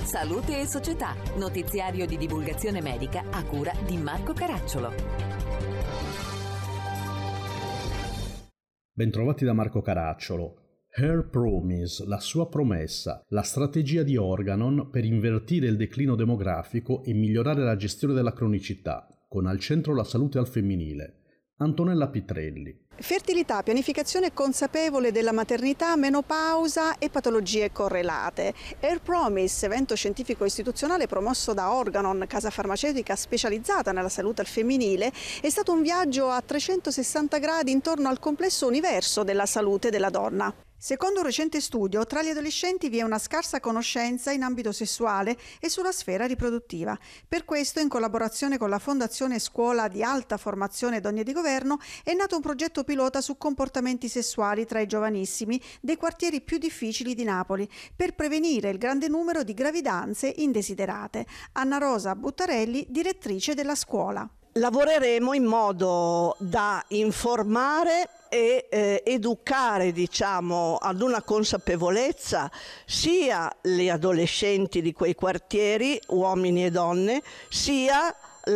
Salute e Società, notiziario di divulgazione medica a cura di Marco Caracciolo. Bentrovati da Marco Caracciolo. Her Promise, la sua promessa, la strategia di Organon per invertire il declino demografico e migliorare la gestione della cronicità, con al centro la salute al femminile. Antonella Pitrelli. Fertilità, pianificazione consapevole della maternità, menopausa e patologie correlate. Her Promise, evento scientifico istituzionale promosso da Organon, casa farmaceutica specializzata nella salute al femminile, è stato un viaggio a 360 gradi intorno al complesso universo della salute della donna. Secondo un recente studio, tra gli adolescenti vi è una scarsa conoscenza in ambito sessuale e sulla sfera riproduttiva. Per questo, in collaborazione con la Fondazione Scuola di Alta Formazione Donne di Governo, è nato un progetto pilota su comportamenti sessuali tra i giovanissimi dei quartieri più difficili di Napoli, per prevenire il grande numero di gravidanze indesiderate. Anna Rosa Buttarelli, direttrice della scuola. Lavoreremo in modo da informare e educare, ad una consapevolezza sia gli adolescenti di quei quartieri, uomini e donne, sia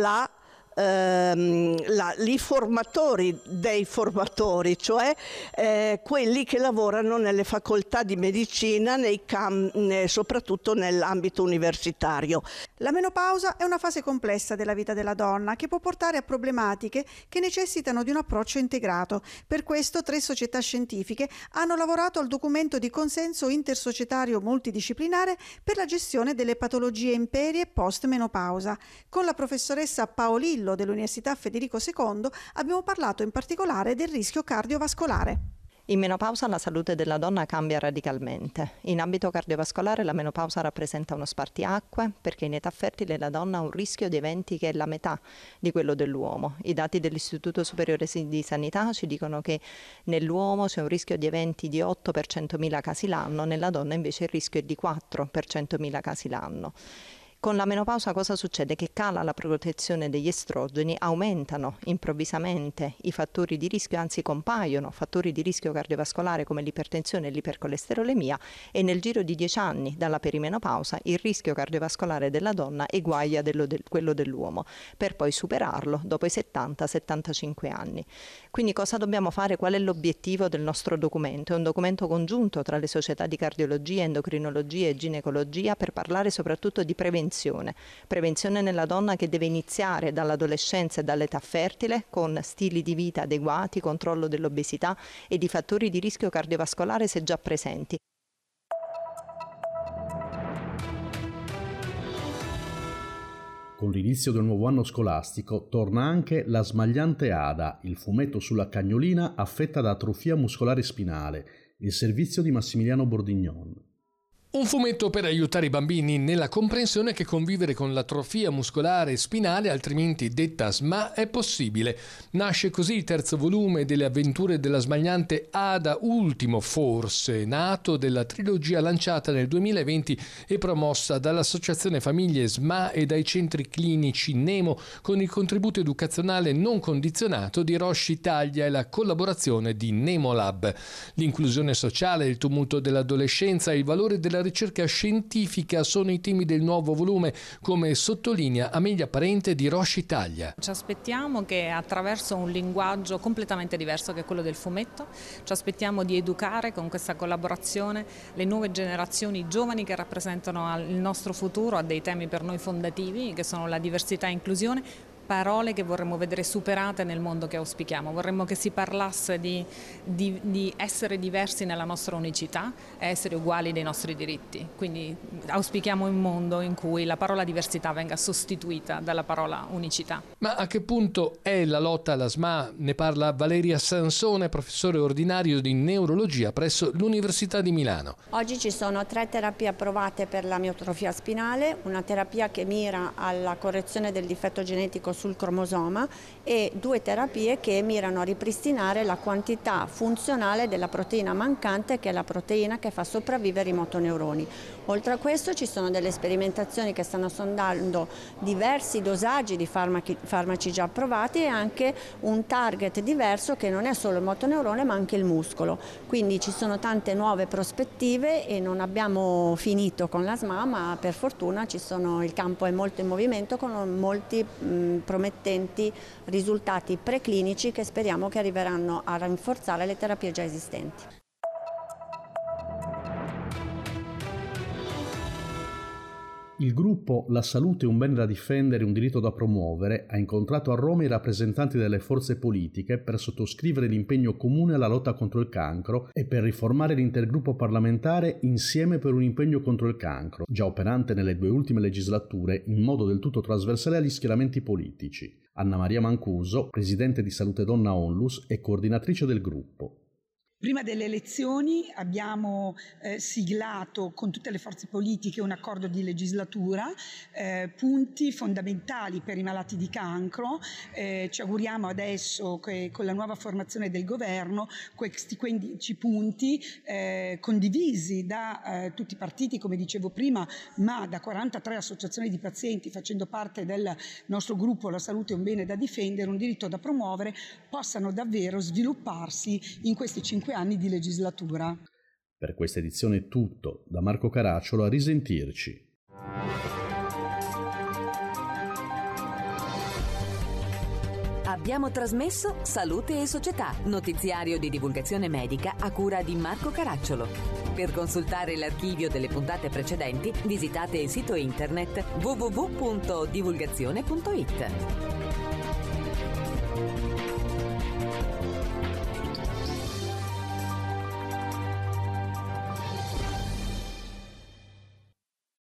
i formatori dei formatori, cioè quelli che lavorano nelle facoltà di medicina, soprattutto nell'ambito universitario. La menopausa è una fase complessa della vita della donna che può portare a problematiche che necessitano di un approccio integrato. Per questo 3 società scientifiche hanno lavorato al documento di consenso intersocietario multidisciplinare per la gestione delle patologie imperie post-menopausa. Con la professoressa Paolillo dell'Università Federico II abbiamo parlato in particolare del rischio cardiovascolare. In menopausa la salute della donna cambia radicalmente. In ambito cardiovascolare la menopausa rappresenta uno spartiacque perché in età fertile la donna ha un rischio di eventi che è la metà di quello dell'uomo. I dati dell'Istituto Superiore di Sanità ci dicono che nell'uomo c'è un rischio di eventi di 8 per 100.000 casi l'anno, nella donna invece il rischio è di 4 per 100.000 casi l'anno. Con la menopausa cosa succede? Che cala la protezione degli estrogeni, aumentano improvvisamente i fattori di rischio, anzi compaiono fattori di rischio cardiovascolare come l'ipertensione e l'ipercolesterolemia e nel giro di 10 anni dalla perimenopausa il rischio cardiovascolare della donna eguaglia quello dell'uomo, per poi superarlo dopo i 70-75 anni. Quindi cosa dobbiamo fare? Qual è l'obiettivo del nostro documento? È un documento congiunto tra le società di cardiologia, endocrinologia e ginecologia per parlare soprattutto di prevenzione nella donna che deve iniziare dall'adolescenza e dall'età fertile con stili di vita adeguati, controllo dell'obesità e di fattori di rischio cardiovascolare se già presenti. Con l'inizio del nuovo anno scolastico torna anche La smagliante Ada, il fumetto sulla cagnolina affetta da atrofia muscolare spinale, il servizio di Massimiliano Bordignon. Un fumetto per aiutare i bambini nella comprensione che convivere con l'atrofia muscolare spinale, altrimenti detta SMA, è possibile. Nasce così il terzo volume delle avventure della smagliante Ada, ultimo forse nato della trilogia lanciata nel 2020 e promossa dall'Associazione Famiglie SMA e dai centri clinici Nemo con il contributo educazionale non condizionato di Roche Italia e la collaborazione di Nemo Lab. L'inclusione sociale, il tumulto dell'adolescenza e il valore della ricerca scientifica sono i temi del nuovo volume, come sottolinea Amelia Parente di Roche Italia. Ci aspettiamo che attraverso un linguaggio completamente diverso che quello del fumetto, ci aspettiamo di educare con questa collaborazione le nuove generazioni giovani che rappresentano il nostro futuro a dei temi per noi fondativi che sono la diversità e inclusione, parole che vorremmo vedere superate nel mondo che auspichiamo. Vorremmo che si parlasse di essere diversi nella nostra unicità e essere uguali dei nostri diritti. Quindi auspichiamo un mondo in cui la parola diversità venga sostituita dalla parola unicità. Ma a che punto è la lotta alla SMA? Ne parla Valeria Sansone, professore ordinario di neurologia presso l'Università di Milano. Oggi ci sono 3 terapie approvate per la miotrofia spinale, una terapia che mira alla correzione del difetto genetico specifico sul cromosoma e 2 terapie che mirano a ripristinare la quantità funzionale della proteina mancante, che è la proteina che fa sopravvivere i motoneuroni. Oltre a questo ci sono delle sperimentazioni che stanno sondando diversi dosaggi di farmaci già approvati e anche un target diverso che non è solo il motoneurone ma anche il muscolo. Quindi ci sono tante nuove prospettive e non abbiamo finito con la SMA, ma per fortuna il campo è molto in movimento con molti promettenti risultati preclinici che speriamo che arriveranno a rinforzare le terapie già esistenti. Il gruppo La salute è un bene da difendere, un diritto da promuovere ha incontrato a Roma i rappresentanti delle forze politiche per sottoscrivere l'impegno comune alla lotta contro il cancro e per riformare l'intergruppo parlamentare Insieme per un impegno contro il cancro, già operante nelle 2 ultime legislature in modo del tutto trasversale agli schieramenti politici. Anna Maria Mancuso, presidente di Salute Donna Onlus e coordinatrice del gruppo. Prima delle elezioni abbiamo siglato con tutte le forze politiche un accordo di legislatura, punti fondamentali per i malati di cancro. Ci auguriamo adesso che con la nuova formazione del governo questi 15 punti condivisi da tutti i partiti, come dicevo prima, ma da 43 associazioni di pazienti facendo parte del nostro gruppo La salute è un bene da difendere, un diritto da promuovere, possano davvero svilupparsi in questi 5 anni di legislatura. Per questa edizione è tutto. Da Marco Caracciolo, a risentirci. Abbiamo trasmesso Salute e Società, notiziario di divulgazione medica a cura di Marco Caracciolo. Per consultare l'archivio delle puntate precedenti, visitate il sito internet www.divulgazione.it.